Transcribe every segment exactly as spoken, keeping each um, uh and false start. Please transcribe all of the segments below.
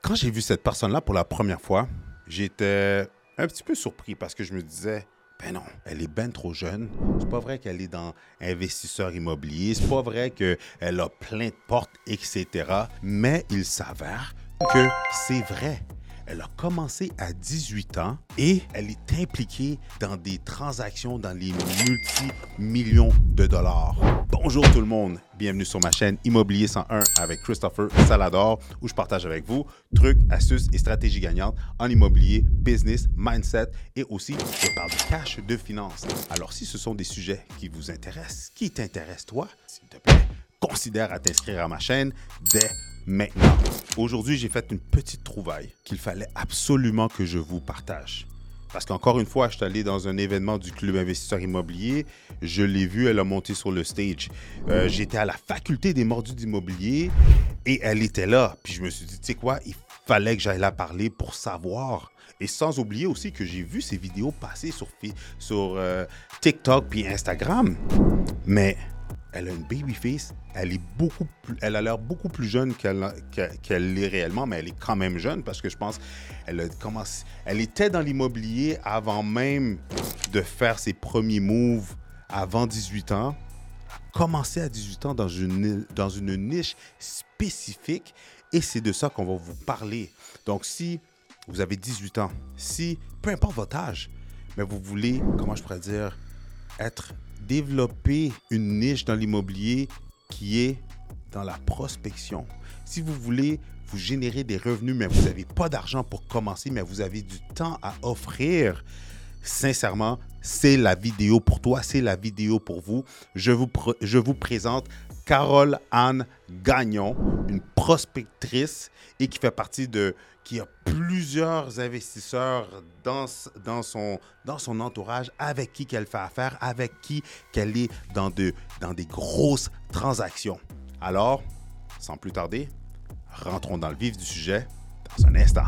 quand j'ai vu cette personne-là pour la première fois, j'étais un petit peu surpris parce que je me disais, ben non, elle est ben trop jeune. C'est pas vrai qu'elle est dans investisseur immobilier. C'est pas vrai qu'elle a plein de portes, et cetera. Mais il s'avère que c'est vrai. Elle a commencé à dix-huit ans et elle est impliquée dans des transactions dans les multi-millions de dollars. Bonjour tout le monde, bienvenue sur ma chaîne Immobilier cent un avec Christopher Salador où je partage avec vous trucs, astuces et stratégies gagnantes en immobilier, business, mindset et aussi je parle de cash, de finances. Alors si ce sont des sujets qui vous intéressent, qui t'intéressent toi, s'il te plaît, considère à t'inscrire à ma chaîne dès maintenant. Aujourd'hui, j'ai fait une petite trouvaille qu'il fallait absolument que je vous partage. Parce qu'encore une fois, je suis allé dans un événement du Club Investisseur Immobilier. Je l'ai vue, elle a monté sur le stage. Euh, j'étais à la faculté des mordus d'immobilier et elle était là. Puis je me suis dit, tu sais quoi, il fallait que j'aille la parler pour savoir. Et sans oublier aussi que j'ai vu ses vidéos passer sur, sur euh, TikTok puis Instagram. Mais elle a une baby face, elle est beaucoup plus, elle a l'air beaucoup plus jeune qu'elle, qu'elle l'est réellement, mais elle est quand même jeune parce que je pense elle a commencé, elle était dans l'immobilier avant même de faire ses premiers moves avant dix-huit ans. Commencé à dix-huit ans dans une, dans une niche spécifique et c'est de ça qu'on va vous parler. Donc si vous avez dix-huit ans, si, peu importe votre âge, mais vous voulez, comment je pourrais dire, être développer une niche dans l'immobilier qui est dans la prospection. Si vous voulez vous générer des revenus, mais vous n'avez pas d'argent pour commencer, mais vous avez du temps à offrir, sincèrement, c'est la vidéo pour toi, c'est la vidéo pour vous. Je vous, pr- je vous présente Carole-Anne Gagnon, une prospectrice et qui fait partie de, qui a plusieurs investisseurs dans, dans, son, dans son entourage avec qui qu'elle fait affaire, avec qui qu'elle est dans, de, dans des grosses transactions. Alors, sans plus tarder, rentrons dans le vif du sujet dans un instant.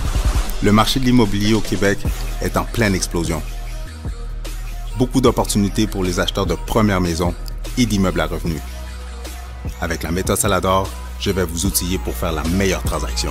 Le marché de l'immobilier au Québec est en pleine explosion. Beaucoup d'opportunités pour les acheteurs de première maison et d'immeubles à revenus. Avec la méthode Salador, je vais vous outiller pour faire la meilleure transaction.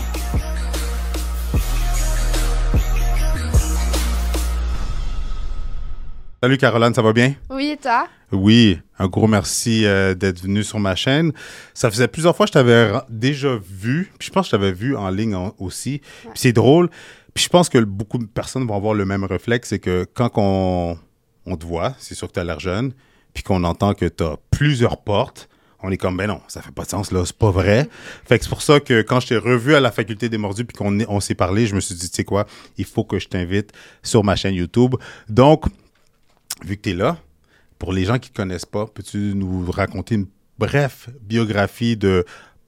Salut Caroline, ça va bien? Oui, et toi? Oui, un gros merci euh, d'être venu sur ma chaîne. Ça faisait plusieurs fois que je t'avais déjà vu, puis je pense que je t'avais vu en ligne en, aussi. Ouais. Puis c'est drôle, puis je pense que beaucoup de personnes vont avoir le même réflexe, c'est que quand on, on te voit, c'est sûr que tu as l'air jeune, puis qu'on entend que tu as plusieurs portes, on est comme, ben non, ça fait pas de sens, là, c'est pas vrai. Mm-hmm. Fait que c'est pour ça que quand je t'ai revu à la faculté des mordus puis qu'on on s'est parlé, je me suis dit, tu sais quoi, il faut que je t'invite sur ma chaîne YouTube. Donc, vu que tu es là, pour les gens qui ne te connaissent pas, peux-tu nous raconter une brève biographie de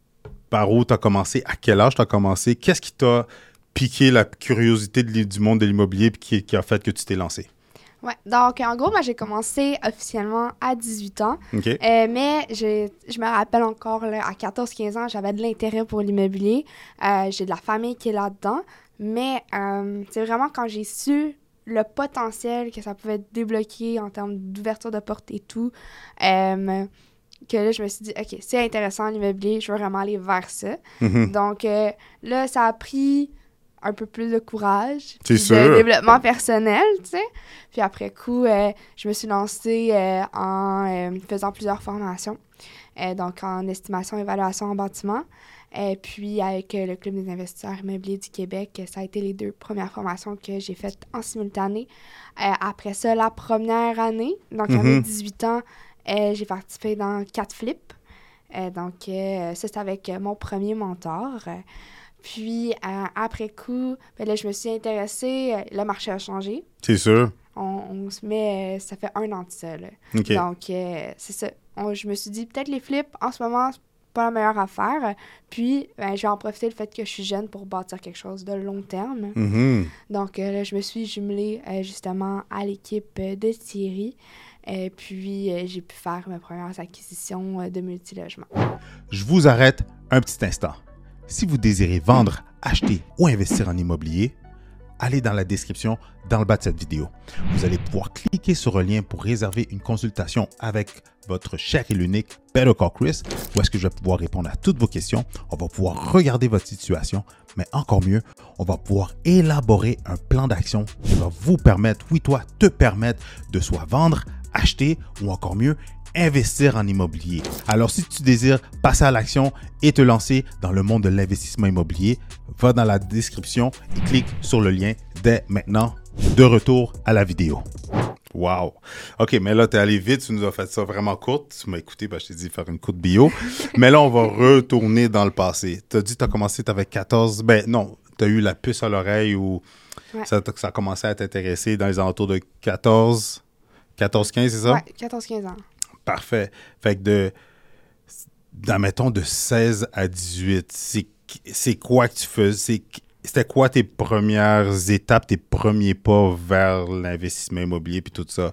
par où tu as commencé, à quel âge tu as commencé, qu'est-ce qui t'a piqué la curiosité de, du monde de l'immobilier et qui, qui a fait que tu t'es lancé? Oui, donc en gros, moi, j'ai commencé officiellement à dix-huit ans. Okay. Euh, mais je, je me rappelle encore, là, à quatorze quinze ans, j'avais de l'intérêt pour l'immobilier. Euh, j'ai de la famille qui est là-dedans. Mais euh, c'est vraiment quand j'ai su le potentiel que ça pouvait débloquer en termes d'ouverture de porte et tout, euh, que là, je me suis dit, OK, c'est intéressant l'immobilier, je veux vraiment aller vers ça. Mm-hmm. Donc euh, là, ça a pris un peu plus de courage, c'est de sûr. développement personnel, tu sais. Puis après coup, euh, je me suis lancée euh, en euh, faisant plusieurs formations, euh, donc en estimation et évaluation en bâtiment. Et puis, avec euh, le Club des investisseurs immobiliers du Québec, ça a été les deux premières formations que j'ai faites en simultané. Euh, après ça, la première année, donc mm-hmm. à mes dix-huit ans, euh, j'ai participé dans quatre flips. Euh, donc, euh, ça, c'était avec mon premier mentor. Puis, euh, après coup, ben là, je me suis intéressée. Le marché a changé. C'est sûr. On, on se met... Ça fait un an de ça, là. Okay. Donc, euh, c'est ça. On, je me suis dit, peut-être les flips, en ce moment, c'est pas la meilleure affaire. Puis, ben, je vais en profiter le fait que je suis jeune pour bâtir quelque chose de long terme. Mm-hmm. Donc, euh, là, je me suis jumelée, euh, justement, à l'équipe de Thierry. Et puis, euh, j'ai pu faire mes premières acquisitions euh, de multilogements. Je vous arrête un petit instant. Si vous désirez vendre, acheter ou investir en immobilier, allez dans la description dans le bas de cette vidéo. Vous allez pouvoir cliquer sur un lien pour réserver une consultation avec votre cher et l'unique Better Call Chris, où est-ce que je vais pouvoir répondre à toutes vos questions. On va pouvoir regarder votre situation, mais encore mieux, on va pouvoir élaborer un plan d'action qui va vous permettre, oui toi, te permettre de soit vendre, acheter ou encore mieux, investir en immobilier. Alors si tu désires passer à l'action et te lancer dans le monde de l'investissement immobilier, va dans la description et clique sur le lien dès maintenant. De retour à la vidéo. Wow! OK, mais là, tu es allé vite, tu nous as fait ça vraiment courte. Tu m'as écouté, ben, je t'ai dit faire une courte bio. Mais là, on va retourner dans le passé. Tu as dit que tu as commencé, tu avais quatorze... Ben non, tu as eu la puce à l'oreille ou Ouais. ça, ça a commencé à t'intéresser dans les alentours de quatorze, quatorze quinze, c'est ça? Ouais, quatorze quinze ans. Parfait. Fait que de, admettons, de seize à dix-huit, c'est, c'est quoi que tu faisais? C'était quoi tes premières étapes, tes premiers pas vers l'investissement immobilier puis tout ça?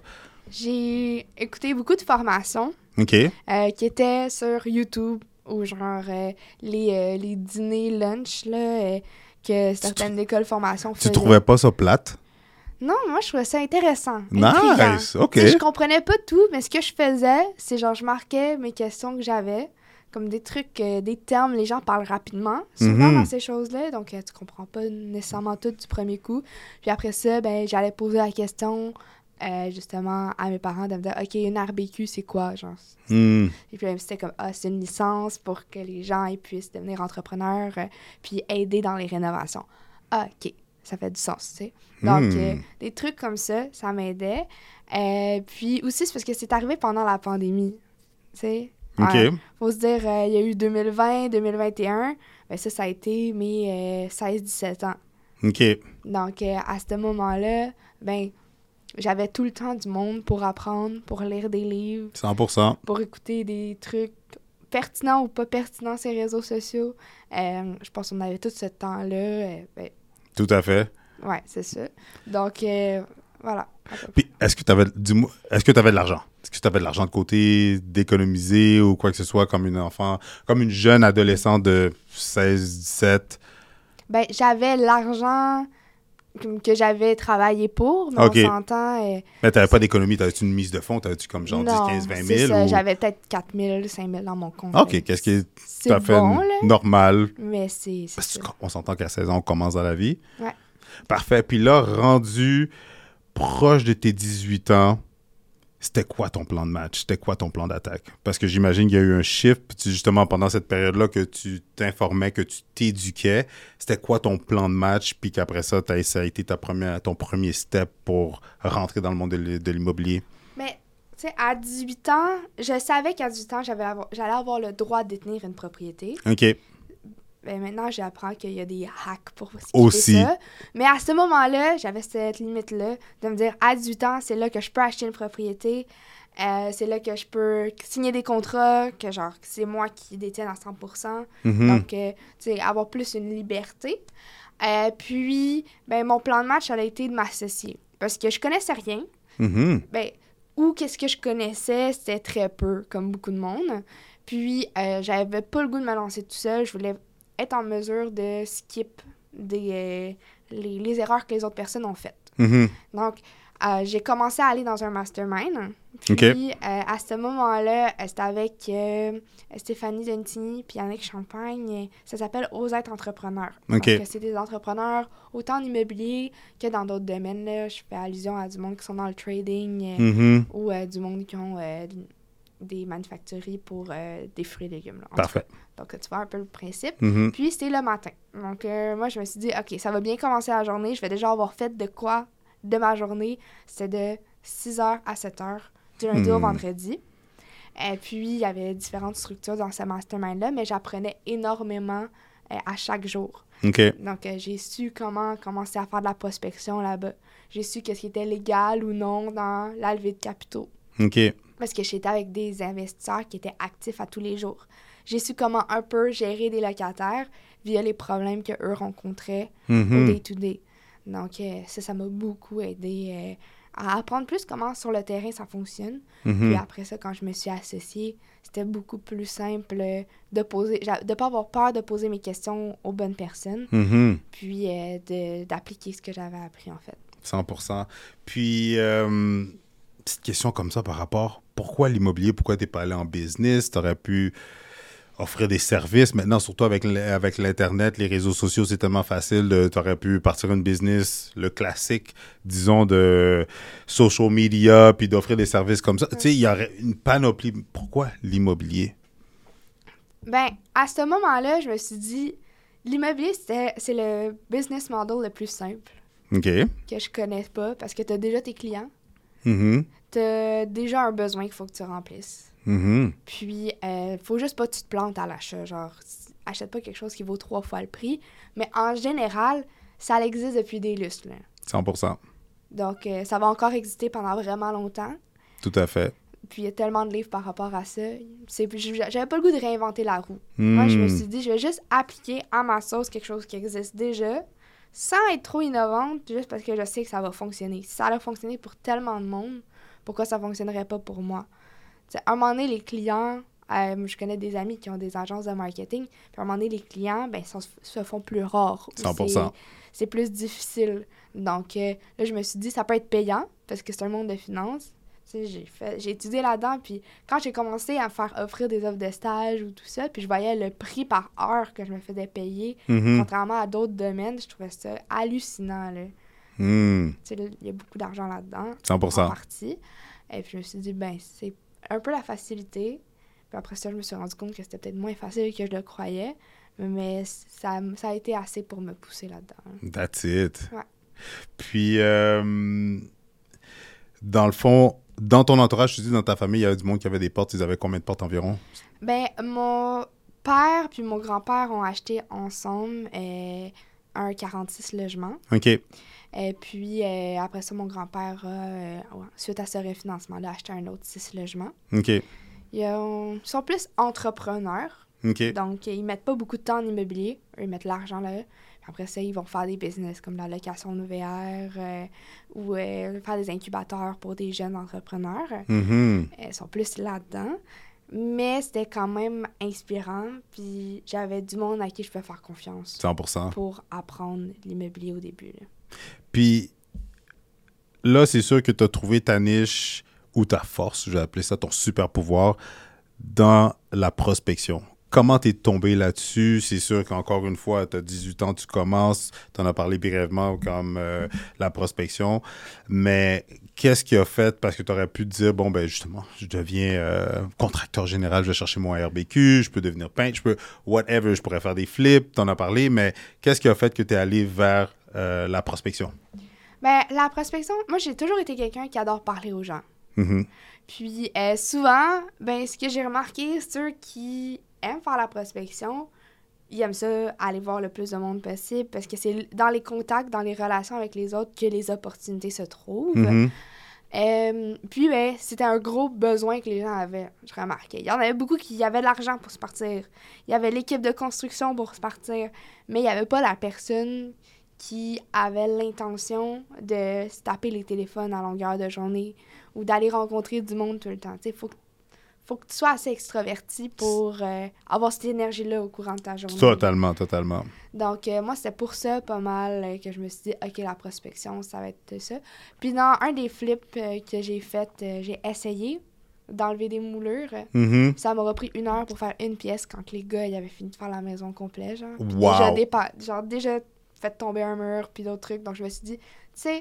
J'ai écouté beaucoup de formations OK. euh, qui étaient sur YouTube ou genre euh, les, euh, les dîners lunch là, euh, que certaines écoles de formation Tu faisaient. trouvais pas ça plate? Non, moi, je trouvais ça intéressant. Intriguant. Nice! OK. Tu sais, je comprenais pas tout, mais ce que je faisais, c'est genre, je marquais mes questions que j'avais, comme des trucs, euh, des termes, les gens parlent rapidement, souvent Mhm. dans ces choses-là, donc euh, tu comprends pas nécessairement tout du premier coup. Puis après ça, ben, j'allais poser la question, euh, justement, à mes parents, de me dire, OK, une R B Q, c'est quoi, genre? Hmm. Et puis, c'était comme, ah, c'est une licence pour que les gens ils puissent devenir entrepreneurs, euh, puis aider dans les rénovations. Ah, OK, ça fait du sens, tu sais. Donc, Hmm. euh, des trucs comme ça, ça m'aidait. Euh, puis aussi, c'est parce que c'est arrivé pendant la pandémie, tu sais. OK. Euh, faut se dire, euh, il y a eu deux mille vingt, deux mille vingt et un, ben ça, ça a été mes euh, seize dix-sept ans. OK. Donc, euh, à ce moment-là, ben j'avais tout le temps du monde pour apprendre, pour lire des livres, cent pour cent. pour écouter des trucs pertinents ou pas pertinents sur les réseaux sociaux. Euh, je pense qu'on avait tout ce temps-là. euh, ben, Tout à fait. ouais, c'est ça. Donc, euh, voilà. Puis, est-ce que tu avais, dis-moi, est-ce que tu avais de l'argent? Est-ce que tu avais de l'argent de côté, d'économiser ou quoi que ce soit comme une enfant, comme une jeune adolescente de seize dix-sept? Ben, j'avais l'argent que, que j'avais travaillé pour, mais Ok. on s'entend... euh, Mais tu n'avais pas d'économie, tu avais-tu une mise de fonds? Tu avais-tu comme genre non, dix, quinze, vingt c'est mille? ça, Ou... j'avais peut-être quatre mille, cinq mille dans mon compte. OK, là. qu'est-ce qui est tout C'est à fait bon, là, normal? mais c'est c'est Parce ça. qu'on s'entend qu'à seize ans, on commence dans la vie. Ouais. Parfait. Puis là, rendu proche de tes dix-huit ans, c'était quoi ton plan de match? C'était quoi ton plan d'attaque? Parce que j'imagine qu'il y a eu un shift, puis justement, pendant cette période-là, que tu t'informais, que tu t'éduquais. C'était quoi ton plan de match? Puis qu'après ça, t'as- ça a été ta première, ton premier step pour rentrer dans le monde de l'i- de l'immobilier? Mais, tu sais, à dix-huit ans, je savais qu'à dix-huit ans, j'avais avoir- j'allais avoir le droit de détenir une propriété. OK. Ben, maintenant, j'apprends qu'il y a des hacks pour skipper Aussi. ça. Mais à ce moment-là, j'avais cette limite-là de me dire, à dix-huit ans, c'est là que je peux acheter une propriété. Euh, c'est là que je peux signer des contrats, que genre, c'est moi qui détiens à cent pour cent. Mhm. Donc, euh, tu sais, avoir plus une liberté. Euh, puis, ben, mon plan de match, ça a été de m'associer. Parce que je connaissais rien. Mhm. Ben, ou qu'est-ce que je connaissais, c'était très peu, comme beaucoup de monde. Puis, euh, j'avais pas le goût de me lancer tout seul. Je voulais être en mesure de skip des, euh, les, les erreurs que les autres personnes ont faites. Mhm. Donc, euh, j'ai commencé à aller dans un mastermind. Puis, OK. euh, à ce moment-là, euh, c'était avec euh, Stéphanie Dentigny puis Yannick Champagne. Ça s'appelle « Ose être entrepreneur ». OK. Donc, euh, c'est des entrepreneurs autant en immobilier que dans d'autres domaines. Là. Je fais allusion à du monde qui sont dans le trading euh, Mhm. ou euh, du monde qui ont euh, des manufacturiers pour euh, des fruits et légumes. Là, en Parfait. tout cas. Donc, tu vois un peu le principe. Mhm. Puis, c'était le matin. Donc, euh, moi, je me suis dit, OK, ça va bien commencer la journée. Je vais déjà avoir fait de quoi de ma journée. C'était de six heures à sept heures, du lundi au Hmm. vendredi. Et puis, il y avait différentes structures dans ce mastermind-là, mais j'apprenais énormément euh, à chaque jour. OK. Donc, euh, j'ai su comment commencer à faire de la prospection là-bas. J'ai su qu'est-ce qui était légal ou non dans la levée de capitaux. OK. Parce que j'étais avec des investisseurs qui étaient actifs à tous les jours. J'ai su comment un peu gérer des locataires via les problèmes qu'eux rencontraient au Mhm. day-to-day. Donc, euh, ça, ça m'a beaucoup aidé euh, à apprendre plus comment sur le terrain ça fonctionne. Mhm. Puis après ça, quand je me suis associée, c'était beaucoup plus simple euh, de poser, j'a- de pas avoir peur de poser mes questions aux bonnes personnes, Mhm. puis euh, de- d'appliquer ce que j'avais appris, en fait. cent pour cent. Puis, euh, petite question comme ça par rapport, pourquoi l'immobilier? Pourquoi t'es pas allé en business? T'aurais pu... offrir des services. Maintenant, surtout avec, l- avec l'Internet, les réseaux sociaux, c'est tellement facile. Tu aurais pu partir une business, le classique, disons, de social media, puis d'offrir des services comme ça. Tu sais, il y aurait une panoplie. Pourquoi l'immobilier? Ben, à ce moment-là, je me suis dit, l'immobilier, c'était- c'est le business model le plus simple OK. que je connais pas parce que tu as déjà tes clients, Mhm. tu as déjà un besoin qu'il faut que tu remplisses. Mhm. Puis, euh, faut juste pas que tu te plantes à l'achat. Genre, s- achète pas quelque chose qui vaut trois fois le prix. Mais en général, ça existe depuis des lustres, là. cent pour cent. Donc, euh, ça va encore exister pendant vraiment longtemps. Tout à fait. Puis, il y a tellement de livres par rapport à ça. C'est, j'avais pas le goût de réinventer la roue. Moi, je me Hmm. suis dit, je vais juste appliquer à ma sauce quelque chose qui existe déjà, sans être trop innovante, juste parce que je sais que ça va fonctionner. Si ça a fonctionné pour tellement de monde, pourquoi ça fonctionnerait pas pour moi? T'sais, à un moment donné, les clients, euh, je connais des amis qui ont des agences de marketing, puis à un moment donné, les clients, ben, sont- se font plus rares. cent pour cent. C'est, c'est plus difficile. Donc, euh, là, je me suis dit, ça peut être payant, parce que c'est un monde de finances. T'sais, J'ai fait, j'ai étudié là-dedans, puis quand j'ai commencé à me faire offrir des offres de stage ou tout ça, puis je voyais le prix par heure que je me faisais payer, Mhm. contrairement à d'autres domaines, je trouvais ça hallucinant, là. Hmm. Tu sais, là, il y a beaucoup d'argent là-dedans, cent pour cent. en partie. Et puis je me suis dit, ben, c'est un peu la facilité. Puis après ça, je me suis rendu compte que c'était peut-être moins facile que je le croyais. Mais ça, ça a été assez pour me pousser là-dedans. That's it. Ouais. Puis, euh, dans le fond, dans ton entourage, tu dis dans ta famille, il y avait du monde qui avait des portes. Ils avaient combien de portes environ? Ben, mon père puis mon grand-père ont acheté ensemble euh, un quarante-six logements. OK. Et puis, euh, après ça, mon grand-père, a, euh, ouais, suite à ce refinancement-là, a acheté un autre six logements. OK. Ils, ont- ils sont plus entrepreneurs. OK. Donc, ils mettent pas beaucoup de temps en immobilier. Eux, ils mettent l'argent là. Puis après ça, ils vont faire des business comme la location de V R euh, ou euh, faire des incubateurs pour des jeunes entrepreneurs. Mhm. Ils sont plus là-dedans. Mais c'était quand même inspirant. Puis j'avais du monde à qui je peux faire confiance cent pour cent. pour apprendre l'immobilier au début, là. Puis là, c'est sûr que tu as trouvé ta niche ou ta force, je vais appeler ça ton super pouvoir, dans la prospection. Comment t'es tombé là-dessus? C'est sûr qu'encore une fois, tu as dix-huit ans, tu commences, tu en as parlé brièvement comme euh, la prospection, mais qu'est-ce qui a fait? Parce que tu aurais pu te dire, bon, ben justement, je deviens euh, contracteur général, je vais chercher mon R B Q, je peux devenir peintre, je peux, whatever, je pourrais faire des flips, tu en as parlé, mais qu'est-ce qui a fait que tu es allé vers euh, la prospection? Ben, la prospection, moi, j'ai toujours été quelqu'un qui adore parler aux gens. Mhm. Puis euh, souvent, ben, ce que j'ai remarqué, c'est ceux qui aiment faire la prospection, ils aiment ça, aller voir le plus de monde possible, parce que c'est dans les contacts, dans les relations avec les autres que les opportunités se trouvent. Mhm. Euh, puis, ben, c'était un gros besoin que les gens avaient, je remarquais. Il y en avait beaucoup qui avaient de l'argent pour se partir. Il y avait l'équipe de construction pour se partir, mais il n'y avait pas la personne qui avait l'intention de se taper les téléphones à longueur de journée ou d'aller rencontrer du monde tout le temps. Il faut, que- faut que tu sois assez extraverti pour euh, avoir cette énergie-là au courant de ta journée. Totalement, totalement. Donc, euh, moi, c'était pour ça pas mal euh, que je me suis dit, OK, la prospection, ça va être ça. Puis, dans un des flips euh, que j'ai fait, euh, j'ai essayé d'enlever des moulures. Mhm. Ça m'aura pris une heure pour faire une pièce quand les gars, ils avaient fini de faire la maison complète, genre. Puis Wow. Déjà, dépa- genre, déjà fait tomber un mur, puis d'autres trucs. Donc, je me suis dit, tu sais,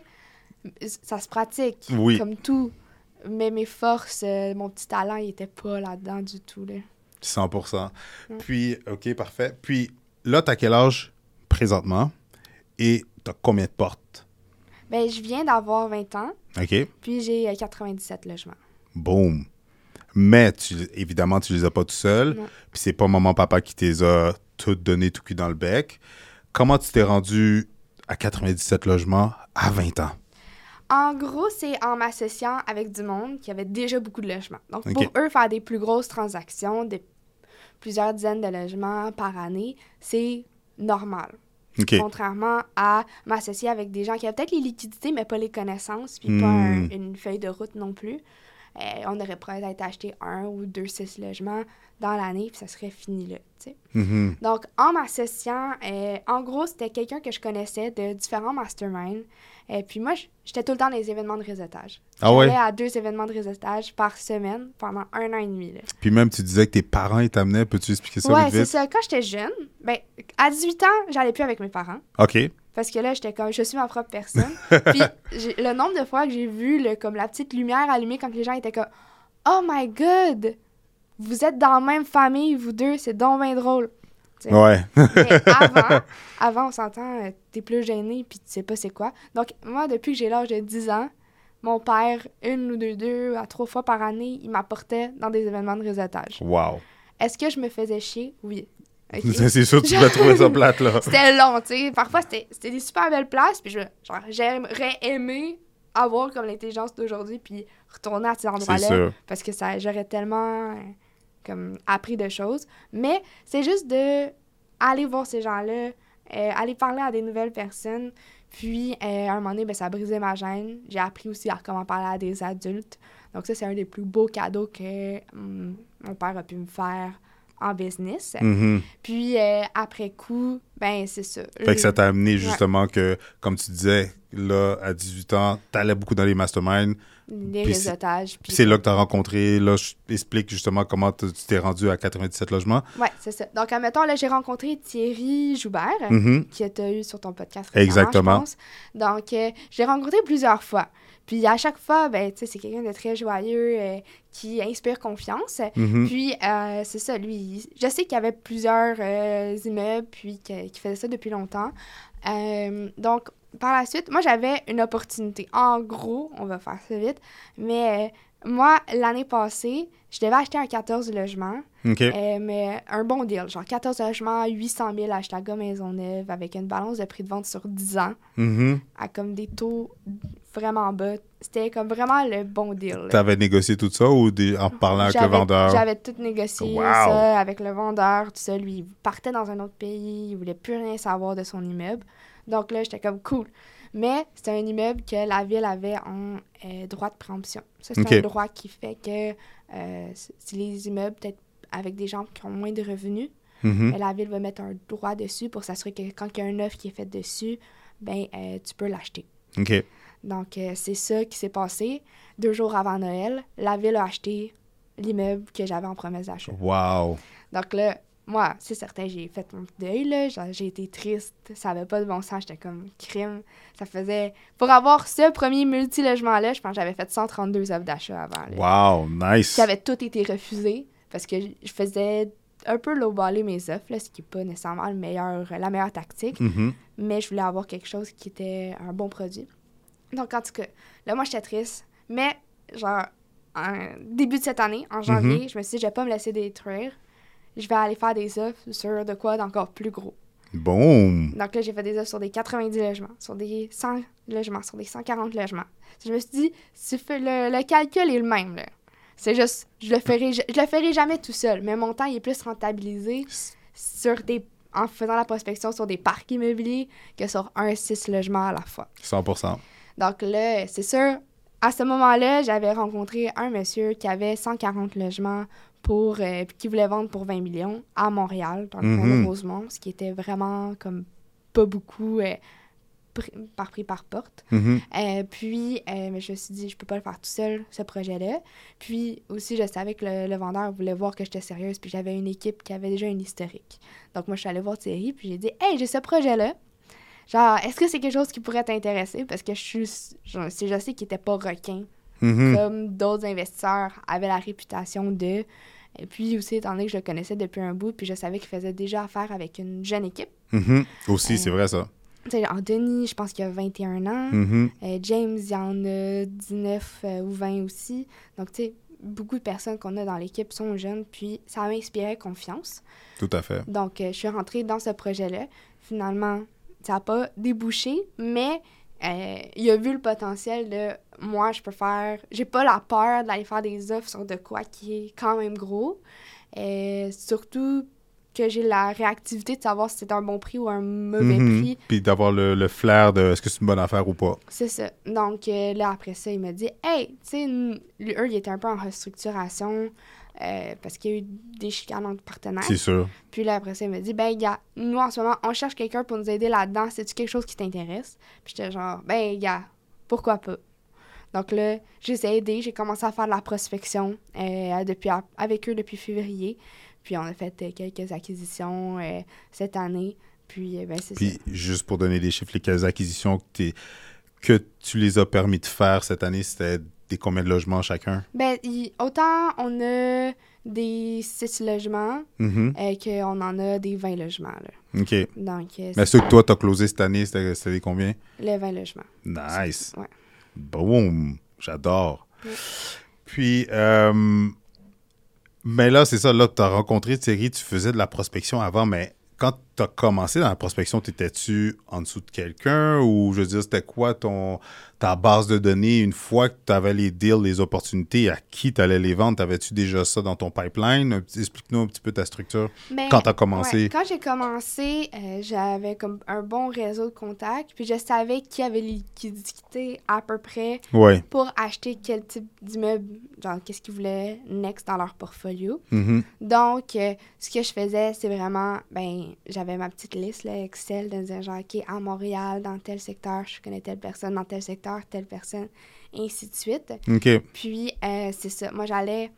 ça se pratique, Oui. comme tout. Mais mes forces, euh, mon petit talent, il était pas là-dedans du tout, là. cent pour cent. Ouais. Puis, OK, parfait. Puis là, tu as quel âge présentement et tu as combien de portes? Ben, je viens d'avoir vingt ans, OK? puis j'ai euh, quatre-vingt-dix-sept logements. Boom. Mais, tu, évidemment, tu les as pas tout seul. Non. Puis c'est pas maman, papa qui t'es a toutes donné tout cul dans le bec. Comment tu t'es rendu à quatre-vingt-dix-sept logements à vingt ans? En gros, c'est en m'associant avec du monde qui avait déjà beaucoup de logements. Donc, Ok. pour eux, faire des plus grosses transactions, de plusieurs dizaines de logements par année, c'est normal. OK. Contrairement à m'associer avec des gens qui avaient peut-être les liquidités, mais pas les connaissances, puis pas un- Hmm. une feuille de route non plus. euh, on aurait peut-être acheté un ou deux six logements dans l'année, puis ça serait fini là, tu sais. Mm-hmm. Donc, en m'associant, euh, en gros, c'était quelqu'un que je connaissais de différents masterminds. Et puis moi, j'étais tout le temps dans les événements de réseautage. Ah ouais? J'allais à deux événements de réseautage par semaine pendant un an et demi. Là. Puis même, tu disais que tes parents, ils t'amenaient. Peux-tu expliquer ça ouais, vite c'est vite? ça. Quand j'étais jeune, ben, à dix-huit ans, j'allais plus avec mes parents. OK. Parce que là, j'étais comme, je suis ma propre personne. Puis j'ai- le nombre de fois que j'ai vu le, comme la petite lumière allumée quand les gens étaient comme « Oh my God! Vous êtes dans la même famille, vous deux, c'est donc bien drôle. » T'sais. Ouais. Mais avant, avant, on s'entend, euh, t'es plus gêné puis tu sais pas c'est quoi. Donc, moi, depuis que j'ai l'âge de dix ans, mon père, une ou deux, deux à trois fois par année, il m'apportait dans des événements de réseautage. Wow. Est-ce que je me faisais chier? Oui. Ok. C'est sûr que tu vas trouver ça plate, là. C'était long, tu sais. Parfois, c'était c'était des super belles places, puis je, genre, j'aimerais aimer avoir comme l'intelligence d'aujourd'hui, puis retourner à ces C'est endroits-là, sûr. parce que ça, j'aurais tellement... euh, comme appris de choses. Mais c'est juste de aller voir ces gens-là, euh, aller parler à des nouvelles personnes. Puis, euh, à un moment donné, ben, ça a brisé ma gêne. J'ai appris aussi à comment parler à des adultes. Donc ça, c'est un des plus beaux cadeaux que hum, mon père a pu me faire en business. Mhm. Puis, euh, après coup, ben c'est ça. Fait que ça t'a amené Ouais. justement que, comme tu disais, là, à dix-huit ans, t'allais beaucoup dans les masterminds. Les Puis c'est- réseautages. Puis c'est là que t'as rencontré, là, je explique justement comment t- tu t'es rendu à quatre-vingt-dix-sept logements. Ouais, c'est ça. Donc, admettons, là, j'ai rencontré Thierry Joubert, Mhm. que tu as eu sur ton podcast récemment, Exactement. je pense. Donc, euh, je l'ai rencontré plusieurs fois. Puis, à chaque fois, ben, tu sais, c'est quelqu'un de très joyeux, euh, qui inspire confiance. Mhm. Puis, euh, c'est ça, lui, il- je sais qu'il y avait plusieurs euh, immeubles, puis que- qu'il faisait ça depuis longtemps. Euh, donc, par la suite, moi, j'avais une opportunité. En gros, on va faire ça vite, mais euh, moi, l'année passée, je devais acheter un quatorze logements, OK. euh, mais un bon deal, genre quatorze logements, huit cent mille à Hochelaga Maisonneuve, avec une balance de prix de vente sur dix ans, Mhm. à comme des taux vraiment bas. C'était comme vraiment le bon deal. là. T'avais négocié tout ça ou des- en parlant avec le J'avais- vendeur? J'avais tout négocié, Wow. ça, avec le vendeur, tout ça. Lui, il partait dans un autre pays, il voulait plus rien savoir de son immeuble. Donc là, j'étais comme cool. Mais c'était un immeuble que la ville avait en euh, droit de préemption. Ça, c'est Ok. un droit qui fait que euh, c- c'est les immeubles, peut-être avec des gens qui ont moins de revenus, Mhm. mais la ville va mettre un droit dessus pour s'assurer que quand il y a un offre qui est fait dessus, ben euh, tu peux l'acheter. OK. Donc, euh, c'est ça qui s'est passé. Deux jours avant Noël, la ville a acheté l'immeuble que j'avais en promesse d'achat. Wow. Donc là, moi, c'est certain, j'ai fait mon deuil, là. J'ai j'ai été triste. Ça avait pas de bon sens. J'étais comme crime. Ça faisait... Pour avoir ce premier multi-logement-là, je pense que j'avais fait cent trente-deux offres d'achat avant. Là. Wow. Nice. Qui avaient toutes été refusées parce que je faisais un peu lowballer mes offres, là, ce qui n'est pas nécessairement le meilleur, la meilleure tactique. Mhm. Mais je voulais avoir quelque chose qui était un bon produit. Donc, en tout cas, là, moi, j'étais triste. Mais, genre, en début de cette année, en janvier, Mhm. je me suis dit, je vais pas me laisser détruire. Je vais aller faire des offres sur de quoi d'encore plus gros. Boom. Donc là, j'ai fait des offres sur des quatre-vingt-dix logements, sur des cent logements, sur des cent quarante logements. Je me suis dit, tu fais le, le calcul est le même, là. C'est juste, je le ferai, je, je le ferai jamais tout seul, mais mon temps, il est plus rentabilisé sur des, en faisant la prospection sur des parcs immobiliers que sur un six logements à la fois. cent pour cent. Donc là, c'est sûr, à ce moment-là, j'avais rencontré un monsieur qui avait cent quarante logements pour euh, qui voulait vendre pour vingt millions à Montréal, dans le coin Mhm. de Rosemont, ce qui était vraiment comme pas beaucoup euh, pr- par prix par porte. Mhm. Euh, puis, euh, mais je me suis dit, je peux pas le faire tout seul, ce projet-là. Puis aussi, je savais que le, le vendeur voulait voir que j'étais sérieuse, puis j'avais une équipe qui avait déjà une historique. Donc moi, je suis allée voir Thierry, puis j'ai dit, hey, j'ai ce projet-là. Genre, est-ce que c'est quelque chose qui pourrait t'intéresser? Parce que je suis, je, je sais qu'il était pas requin, Mhm. comme d'autres investisseurs avaient la réputation de. Et puis aussi, étant donné que je le connaissais depuis un bout, puis je savais qu'il faisait déjà affaire avec une jeune équipe. Mhm. Aussi, Euh, c'est vrai ça. Tu sais, Anthony, je pense qu'il a vingt et un ans. Mhm. Euh, James, il y en a dix-neuf euh, ou vingt aussi. Donc, tu sais, beaucoup de personnes qu'on a dans l'équipe sont jeunes, puis ça m'inspirait confiance. Tout à fait. Donc, euh, je suis rentrée dans ce projet-là. Finalement, ça n'a pas débouché, mais euh, il a vu le potentiel de moi, je peux faire. J'ai pas la peur d'aller faire des offres sur de quoi qui est quand même gros. Euh, surtout que j'ai la réactivité de savoir si c'est un bon prix ou un mauvais Mhm. prix. Puis d'avoir le, le flair de est-ce que c'est une bonne affaire ou pas. C'est ça. Donc euh, là, après ça, il m'a dit « Hey, tu sais, n- lui, eux, ils étaient un peu en restructuration euh, parce qu'il y a eu des chicanes entre partenaires. C'est sûr. Puis là, après ça, il m'a dit « Ben, gars, nous, en ce moment, on cherche quelqu'un pour nous aider là-dedans. C'est-tu quelque chose qui t'intéresse? » Puis j'étais genre « Ben, gars, pourquoi pas? » Donc là, je les ai aidés. J'ai commencé à faire de la prospection euh, depuis, avec eux depuis février. Puis on a fait euh, quelques acquisitions euh, cette année. Puis, euh, ben, c'est ça. Puis juste pour donner des chiffres, les quelques acquisitions que, t'es- que tu les as permis de faire cette année, c'était des combien de logements chacun? Ben, il- autant on a des six logements Mhm. euh, qu'on en a des vingt logements. Là. OK. Donc, euh, Mais c'est ceux que toi, tu as closé cette année, c'était c'était des combien? les vingt logements. Nice. Ouais. Boum. J'adore. Oui. Puis, euh, mais là, c'est ça, là, tu as rencontré Thierry, tu faisais de la prospection avant, mais quand tu as commencé dans la prospection, t'étais-tu en dessous de quelqu'un ou, je veux dire, c'était quoi ton, ta base de données une fois que tu avais les deals, les opportunités, à qui tu allais les vendre? T'avais-tu déjà ça dans ton pipeline? Un petit- Explique-nous un petit peu ta structure. Mais, Quand tu as commencé. ouais, quand j'ai commencé, euh, j'avais comme un bon réseau de contacts, puis je savais qui avait les liquidités à peu près Ouais. pour acheter quel type d'immeuble, genre qu'est-ce qu'ils voulaient next dans leur portfolio. Mhm. Donc, euh, ce que je faisais, c'est vraiment, ben, j'avais ma petite liste, là, Excel, de dire genre, OK, à Montréal, dans tel secteur, je connais telle personne, dans tel secteur, telle personne, et ainsi de suite. OK. Puis, euh, c'est ça. Moi, j'allais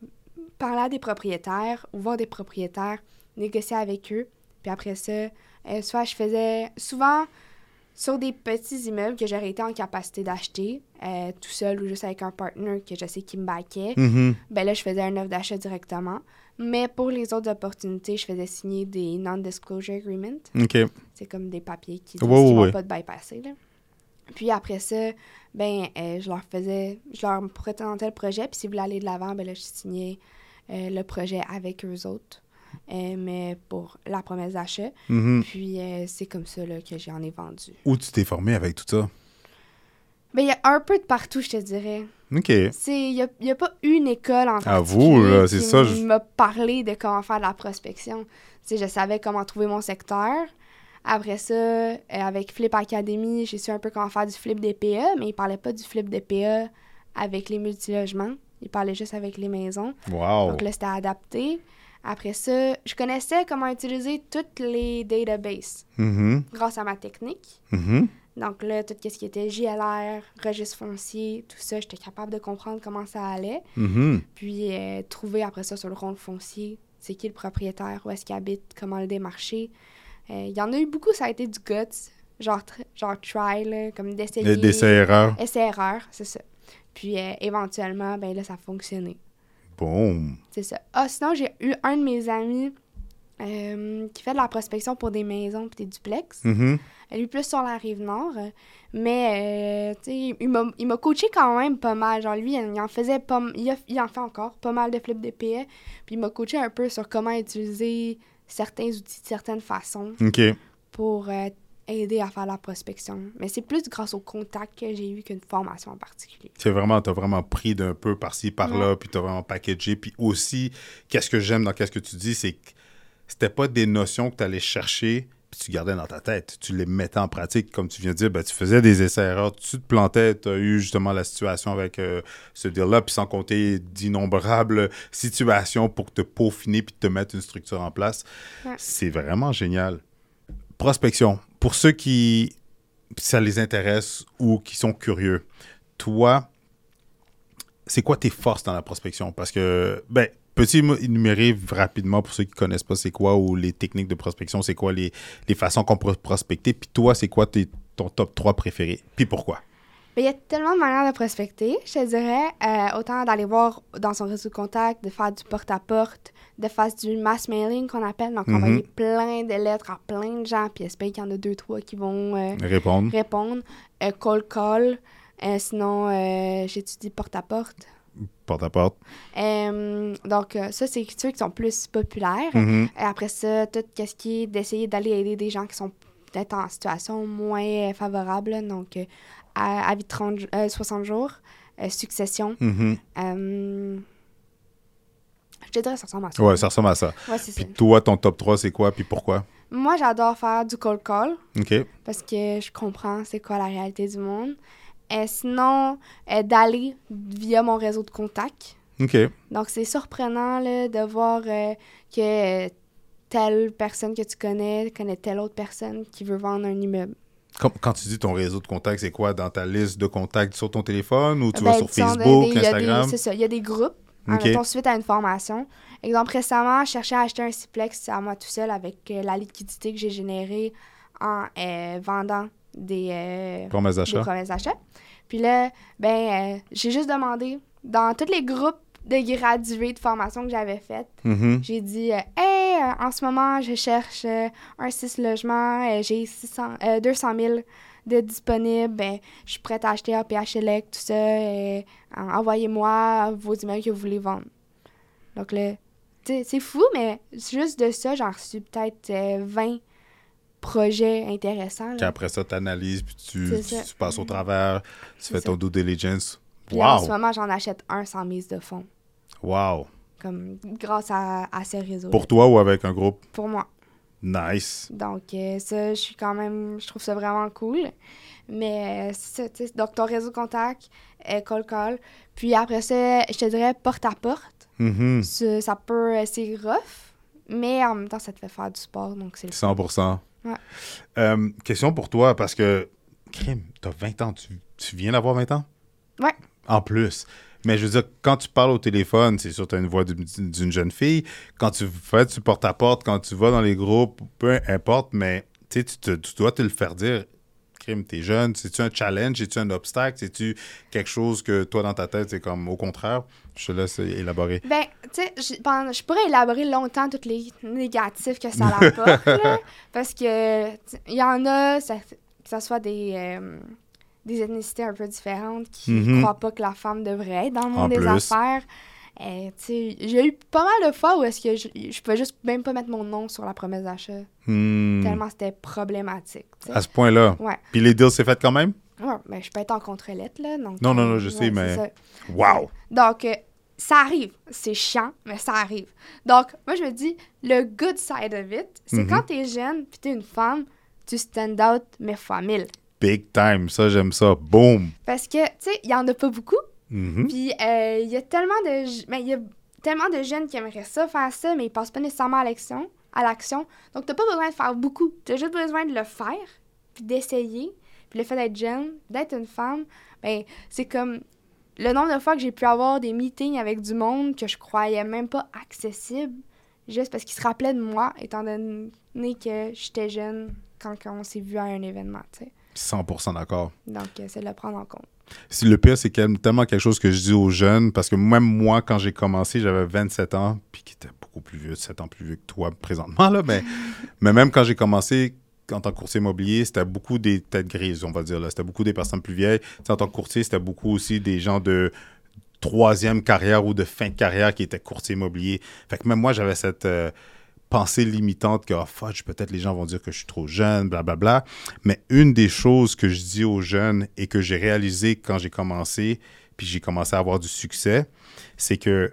parler à des propriétaires ou voir des propriétaires, négocier avec eux. Puis après ça, euh, soit je faisais souvent sur des petits immeubles que j'aurais été en capacité d'acheter, euh, tout seul ou juste avec un partner que je sais qui me backait. Mhm. Ben là, je faisais un offre d'achat directement. Mais pour les autres opportunités, je faisais signer des non-disclosure agreements. OK. C'est comme des papiers qui disent Ouais, ouais, qu'ils vont ouais. pas te bypasser, là. Puis après ça, ben, euh, je leur faisais, je leur présentais le projet, puis s'ils voulaient aller de l'avant, ben là, je signais euh, le projet avec eux autres, euh, mais pour la promesse d'achat. Mhm. Puis euh, c'est comme ça là, que j'en ai vendu. Où tu t'es formé avec tout ça? Ben, il y a un peu de partout, je te dirais. OK. Il n'y a, y a pas une école en À vous, particulier là, c'est qui ça, m- je- m'a parlé de comment faire de la prospection. Tu sais, je savais comment trouver mon secteur. Après ça, euh, avec Flip Academy, j'ai su un peu comment faire du flip des P E, mais ils parlaient pas du flip des P E avec les multilogements. Ils parlaient juste avec les maisons. Wow. Donc là, c'était adapté. Après ça, je connaissais comment utiliser toutes les databases Mhm. grâce à ma technique. Mhm. Donc là, tout ce qui était J L R, registre foncier, tout ça, j'étais capable de comprendre comment ça allait. Mhm. Puis euh, trouver après ça sur le rôle foncier, c'est qui le propriétaire, où est-ce qu'il habite, comment le démarcher. Euh, Il y en a eu beaucoup, ça a été du guts, genre, tr- genre try, là, comme d'essayer. Des essais-erreurs. Essai-erreur, c'est ça. Puis euh, éventuellement, ben là, ça a fonctionné. Boum. C'est ça. Ah, sinon, j'ai eu un de mes amis euh, qui fait de la prospection pour des maisons et des duplex. Mhm. Lui, plus sur la rive nord. euh, Mais, euh, tu sais, il m'a il m'a coaché quand même pas mal. Genre, lui, il en faisait pas... m- Il, a- il en fait encore pas mal de flips de P E. Puis il m'a coaché un peu sur comment utiliser certains outils de certaines façons OK. pour euh, aider à faire la prospection. Mais c'est plus grâce au contact que j'ai eu qu'une formation en particulier. C'est vraiment, t'as vraiment pris d'un peu par-ci, par-là, Ouais. puis t'as vraiment packagé. Puis aussi, qu'est-ce que j'aime dans qu'est-ce que tu dis, c'est que c'était pas des notions que tu allais chercher puis tu gardais dans ta tête. Tu les mettais en pratique. Comme tu viens de dire, ben, tu faisais des essais-erreurs, tu te plantais, tu as eu justement la situation avec euh, ce deal-là, puis sans compter d'innombrables situations pour te peaufiner puis te mettre une structure en place. Ouais. C'est vraiment génial. Prospection. Pour ceux qui ça les intéresse ou qui sont curieux, toi, c'est quoi tes forces dans la prospection? Parce que, ben, peux-tu énumérer rapidement pour ceux qui ne connaissent pas c'est quoi ou les techniques de prospection, c'est quoi les, les façons qu'on peut prospecter? Puis toi, c'est quoi tes, ton top trois préférés? Puis pourquoi? Il y a tellement de manières de prospecter, je te dirais. Euh, autant d'aller voir dans son réseau de contact, de faire du porte-à-porte, de faire du mass mailing qu'on appelle. Donc, Mhm. envoyer plein de lettres à plein de gens, puis espérer qu'il y en a deux, trois qui vont euh, Répondre. répondre. Euh, call call. Euh, sinon, euh, j'étudie porte-à-porte. Porte-à-porte. Euh, donc, euh, ça, c'est ceux qui sont plus populaires. Mhm. Et après ça, tout ce qui est d'essayer d'aller aider des gens qui sont peut-être en situation moins euh, favorable. là. Donc, euh, à, à vie de trente, euh, soixante jours, euh, succession. Mhm. Euh, Je te dirais que ça ressemble à ça. Ouais, ça ressemble à ça. Ouais, c'est ça. Puis toi, ton top trois, c'est quoi? Puis pourquoi? Moi, j'adore faire du cold call OK. parce que je comprends c'est quoi la réalité du monde. Et sinon, euh, d'aller via mon réseau de contacts. OK. Donc, c'est surprenant là, de voir euh, que euh, telle personne que tu connais connaît telle autre personne qui veut vendre un immeuble. Quand, quand tu dis ton réseau de contacts, c'est quoi? Dans ta liste de contacts sur ton téléphone ou tu Ben, vas sur disons, Facebook, des- il y a des- Instagram? C'est ça, il y a des groupes. OK. Mettons, suite à une formation. Exemple, récemment, je cherchais à acheter un Siplex à moi tout seul avec euh, la liquidité que j'ai générée en euh, vendant des, euh, Promesses des d'achat? promesses d'achat. Puis là, ben, euh, j'ai juste demandé dans tous les groupes de gradués de formation que j'avais faites, Mhm. j'ai dit euh, Hey, euh, en ce moment, je cherche euh, un six logements, euh, j'ai six cents, euh, deux cent mille de disponibles, ben, je suis prête à acheter à P H L E C, tout ça, et, euh, envoyez-moi vos immeubles que vous voulez vendre. Donc là, tu sais, c'est fou, mais juste de ça, j'ai reçu peut-être euh, vingt projets intéressants. Puis Là. après ça, tu analyses, puis tu, C'est tu, ça. tu passes au travers, tu C'est fais ça. ton due diligence. Puis là, en ce Wow! moment, j'en achète un sans mise de fonds, Wow! comme grâce à, à ce réseau. Pour toi ou avec un groupe? Pour moi. Nice! Donc, euh, ça, je suis quand même, je trouve ça vraiment cool. Mais, euh, c'est ça, tu sais, donc ton réseau contact, euh, call call. Puis après ça, je te dirais porte à porte. Mhm. Ça, ça peut, euh, c'est rough, mais en même temps, ça te fait faire du sport, donc c'est le fun. cent pour cent. Ouais. Euh, question pour toi, parce que, crime, t'as vingt ans, tu, tu viens d'avoir vingt ans? Ouais. En plus. Mais je veux dire, quand tu parles au téléphone, c'est sûr que tu as une voix d'une d'une jeune fille. Quand tu fais du porte-à-porte, quand tu vas dans les groupes, peu importe, mais tu sais, tu te- tu dois te le faire dire. Crime, t'es jeune, c'est-tu un challenge, c'est-tu un obstacle, c'est-tu quelque chose que toi, dans ta tête, c'est comme au contraire? Je te laisse élaborer. Ben, tu sais, je pendant- je pourrais élaborer longtemps tous les négatifs que ça apporte, là, parce que il y en a, ça, que ce soit des, euh, des ethnicités un peu différentes qui ne Mhm. croient pas que la femme devrait être dans le En monde des plus. affaires. Euh, tu sais, j'ai eu pas mal de fois où est-ce que je, je pouvais juste même pas mettre mon nom sur la promesse d'achat, Hmm. tellement c'était problématique, tu sais. À ce point-là. Ouais. Puis les deals, c'est fait quand même? Ouais, ben, je peux être en contre-lettre, là. Donc, Non, non, non, euh, je ouais, sais, mais- c'est ça. Wow! Donc, euh, ça arrive. C'est chiant, mais ça arrive. Donc, moi, je me dis, le good side of it, c'est Mhm. quand t'es jeune puis t'es une femme, tu stand out, mais fois mille. Big time, ça, j'aime ça. Boom! Parce que, tu sais, il y en a pas beaucoup. Mhm. Puis, euh, il y a tellement de... je- ben, il y a tellement de jeunes qui aimeraient ça, faire ça, mais ils passent pas nécessairement à l'action. À l'action. Donc, t'as pas besoin de faire beaucoup. T'as juste besoin de le faire, puis d'essayer. Puis le fait d'être jeune, d'être une femme, ben, c'est comme... Le nombre de fois que j'ai pu avoir des meetings avec du monde que je croyais même pas accessible, juste parce qu'ils se rappelaient de moi, étant donné que j'étais jeune quand on s'est vu à un événement, tu sais. cent pour cent d'accord. Donc, euh, c'est de le prendre en compte. Si le pire, c'est quel- tellement quelque chose que je dis aux jeunes, parce que même moi, quand j'ai commencé, j'avais vingt-sept ans, puis qui était beaucoup plus vieux, sept ans plus vieux que toi présentement, là, mais, mais même quand j'ai commencé en tant que courtier immobilier, c'était beaucoup des têtes grises, on va dire. Là. C'était beaucoup des personnes plus vieilles. Tu sais, en tant que courtier, c'était beaucoup aussi des gens de troisième carrière ou de fin de carrière qui étaient courtiers immobiliers. Fait que même moi, j'avais cette euh, pensée limitante que, oh, fudge, peut-être les gens vont dire que je suis trop jeune, blablabla. Mais une des choses que je dis aux jeunes et que j'ai réalisé quand j'ai commencé, puis j'ai commencé à avoir du succès, c'est que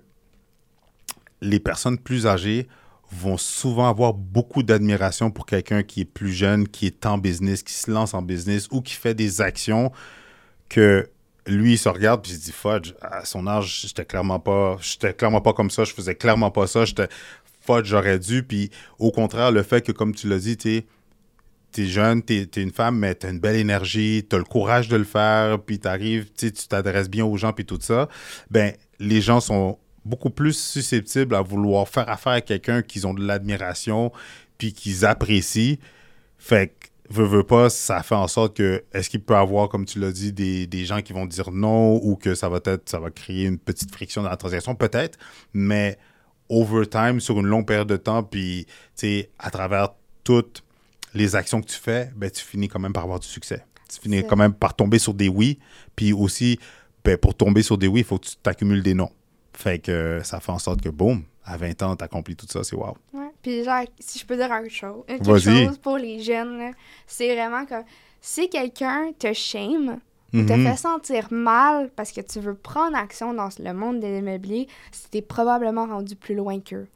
les personnes plus âgées vont souvent avoir beaucoup d'admiration pour quelqu'un qui est plus jeune, qui est en business, qui se lance en business ou qui fait des actions que lui, il se regarde puis il se dit « Fudge, à son âge, j'étais clairement pas, j'étais clairement pas comme ça, je faisais clairement pas ça, j'étais fudge, j'aurais dû. » Puis au contraire, le fait que, comme tu l'as dit, tu es jeune, tu es une femme, mais tu as une belle énergie, tu as le courage de le faire, puis tu arrives, tu t'adresses bien aux gens, puis tout ça, ben les gens sont beaucoup plus susceptibles à vouloir faire affaire avec quelqu'un qu'ils ont de l'admiration puis qu'ils apprécient. Fait que, veux, veux pas, ça fait en sorte que, est-ce qu'il peut avoir, comme tu l'as dit, des, des gens qui vont dire non ou que ça va être, ça va créer une petite friction dans la transaction? Peut-être, mais over time, sur une longue période de temps, puis, tu sais, à travers toutes les actions que tu fais, ben, tu finis quand même par avoir du succès. Tu finis C'est... quand même par tomber sur des oui, puis aussi, ben, pour tomber sur des oui, il faut que tu t'accumules des non. Fait que ça fait en sorte que, boum, à vingt ans, t'accomplis tout ça, c'est wow. Ouais. Puis genre, si je peux dire une chose, quelque Vas-y. chose pour les jeunes, là, c'est vraiment que si quelqu'un te shame ou te Mhm. fait sentir mal parce que tu veux prendre action dans le monde de l'immobilier, c'est que t'es probablement rendu plus loin qu'eux.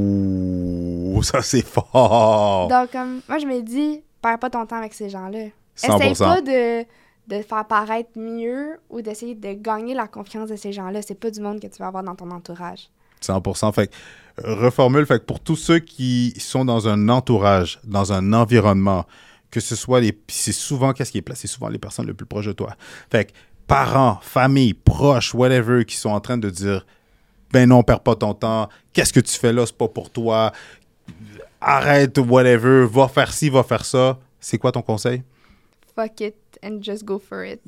Ouh, ça c'est fort. Donc, comme, moi, je me dis, perds pas ton temps avec ces gens-là. cent pour Essaye cent. pas de, de faire paraître mieux ou d'essayer de gagner la confiance de ces gens-là. C'est pas du monde que tu vas avoir dans ton entourage. cent pour cent. Fait que, euh, reformule, fait que pour tous ceux qui sont dans un entourage, dans un environnement, que ce soit les... puis c'est souvent, qu'est-ce qui est placé? C'est souvent les personnes les plus proches de toi. Fait que parents, famille, proches, whatever, qui sont en train de dire, ben non, perds pas ton temps, qu'est-ce que tu fais là, c'est pas pour toi, arrête, whatever, va faire ci, va faire ça. C'est quoi ton conseil? Fuck it and just go for it.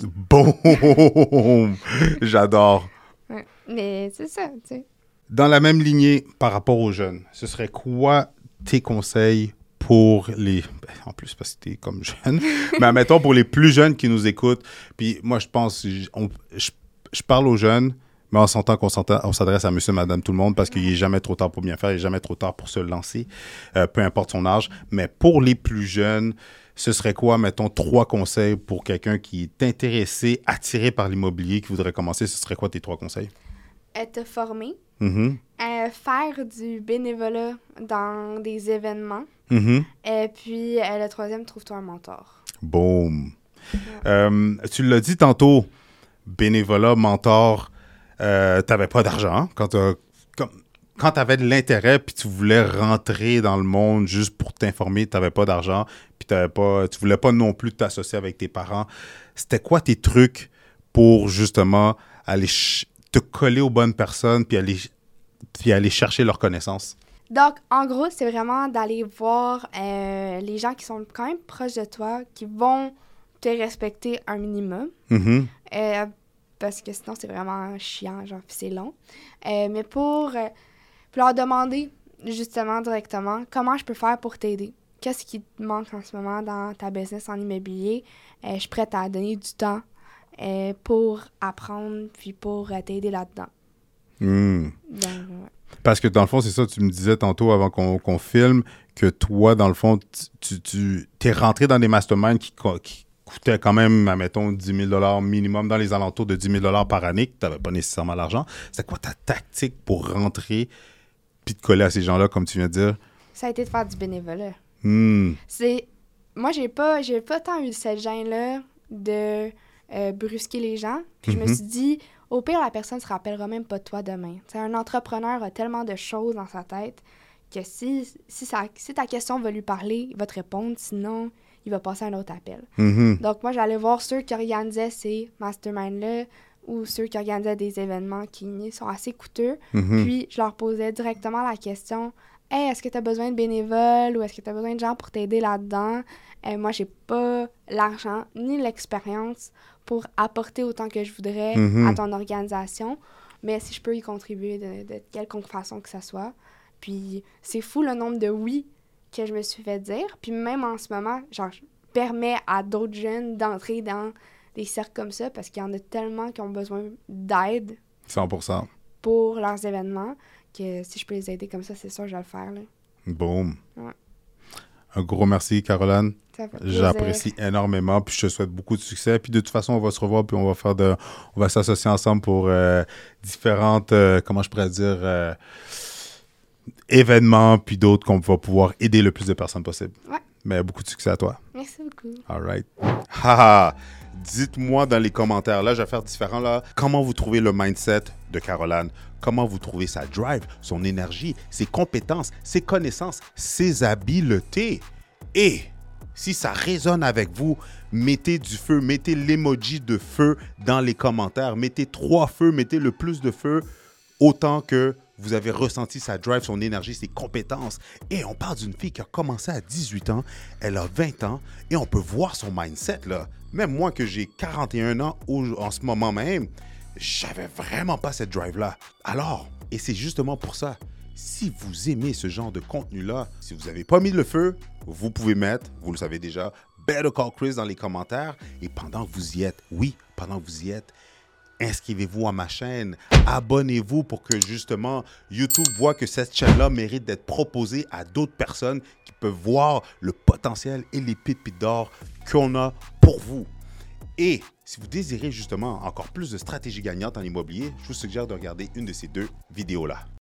Boum! J'adore. Ouais. Mais c'est ça, tu sais. Dans la même lignée par rapport aux jeunes, ce serait quoi tes conseils pour les... ben, en plus, parce que t'es comme jeune, mais admettons pour les plus jeunes qui nous écoutent. Puis moi, je pense, on- je, je parle aux jeunes, mais on s'entend qu'on s'entend- on s'adresse à monsieur, madame, tout le monde, parce qu'il n'est jamais trop tard pour bien faire, il n'est jamais trop tard pour se lancer, euh, peu importe son âge. Mais pour les plus jeunes, ce serait quoi, mettons, trois conseils pour quelqu'un qui est intéressé, attiré par l'immobilier, qui voudrait commencer? Ce serait quoi tes trois conseils? Euh, te former, Mhm. euh, faire du bénévolat dans des événements. Mhm. Et puis, euh, le troisième, trouve-toi un mentor. Boom. Euh, tu l'as dit tantôt, bénévolat, mentor, euh, tu n'avais pas d'argent hein, quand tu quand tu avais de l'intérêt puis tu voulais rentrer dans le monde juste pour t'informer, tu n'avais pas d'argent puis t'avais pas, tu voulais pas non plus t'associer avec tes parents. C'était quoi tes trucs pour justement aller ch- te coller aux bonnes personnes puis aller, puis aller chercher leurs connaissances? Donc, en gros, c'est vraiment d'aller voir euh, les gens qui sont quand même proches de toi, qui vont te respecter un minimum. Mhm. Euh, parce que sinon, c'est vraiment chiant, genre, puis c'est long. Euh, mais pour, euh, pour leur demander, justement, directement, comment je peux faire pour t'aider? Qu'est-ce qui te manque en ce moment dans ta business en immobilier? Euh, je suis prête à donner du temps euh, pour apprendre, puis pour euh, t'aider là-dedans. Mm. Donc, ouais. Parce que dans le fond, c'est ça, tu me disais tantôt avant qu'on qu'on filme, que toi, dans le fond, tu, tu es rentré dans des masterminds qui, co- qui coûtaient quand même, admettons, dix mille dollars minimum, dans les alentours de dix mille dollars par année, que tu n'avais pas nécessairement l'argent. C'est quoi ta tactique pour rentrer puis te coller à ces gens-là, comme tu viens de dire? Ça a été de faire du bénévolat. Hmm. C'est... Moi, j'ai pas, j'ai pas tant eu cette gêne-là de euh, brusquer les gens. Puis je me Mhm. suis dit, au pire, la personne se rappellera même pas de toi demain. T'sais, un entrepreneur a tellement de choses dans sa tête que si, si, ça, si ta question va lui parler, il va te répondre. Sinon, il va passer à un autre appel. Mhm. Donc, moi, j'allais voir ceux qui organisaient ces masterminds-là ou ceux qui organisaient des événements qui sont assez coûteux. Mhm. Puis, je leur posais directement la question « Hey, est-ce que tu as besoin de bénévoles ou est-ce que tu as besoin de gens pour t'aider là-dedans? Euh, moi, j'ai pas l'argent ni l'expérience pour apporter autant que je voudrais Mhm. à ton organisation, mais si je peux y contribuer de, de quelconque façon que ce soit. » Puis, c'est fou le nombre de oui que je me suis fait dire. Puis même en ce moment, genre, je permets à d'autres jeunes d'entrer dans des cercles comme ça parce qu'il y en a tellement qui ont besoin d'aide cent pour cent. pour leurs événements que si je peux les aider comme ça, c'est sûr, je vais le faire. Là. Boom. Ouais. Un gros merci, Caroline. Ça fait plaisir. J'apprécie énormément, puis je te souhaite beaucoup de succès. Puis de toute façon, on va se revoir, puis on va faire de, on va s'associer ensemble pour euh, différentes, euh, comment je pourrais dire, euh, événements, puis d'autres qu'on va pouvoir aider le plus de personnes possible. Ouais. Mais beaucoup de succès à toi. Merci beaucoup. All right. Haha. Dites-moi dans les commentaires, là, je vais faire différent, là, comment vous trouvez le mindset de Caroline? Comment vous trouvez sa drive, son énergie, ses compétences, ses connaissances, ses habiletés? Et si ça résonne avec vous, mettez du feu, mettez l'emoji de feu dans les commentaires. Mettez trois feux, mettez le plus de feu, autant que vous avez ressenti sa drive, son énergie, ses compétences. Et on parle d'une fille qui a commencé à dix-huit ans, elle a vingt ans, et on peut voir son mindset, là. Même moi, que j'ai quarante et un ans au- en ce moment même, j'avais vraiment pas cette drive-là. Alors, et c'est justement pour ça, si vous aimez ce genre de contenu-là, si vous n'avez pas mis le feu, vous pouvez mettre, vous le savez déjà, Better Call Chris dans les commentaires. Et pendant que vous y êtes, oui, pendant que vous y êtes, inscrivez-vous à ma chaîne, abonnez-vous pour que justement YouTube voit que cette chaîne-là mérite d'être proposée à d'autres personnes qui peuvent voir le potentiel et les pépites d'or qu'on a pour vous. Et si vous désirez justement encore plus de stratégies gagnantes en immobilier, je vous suggère de regarder une de ces deux vidéos-là.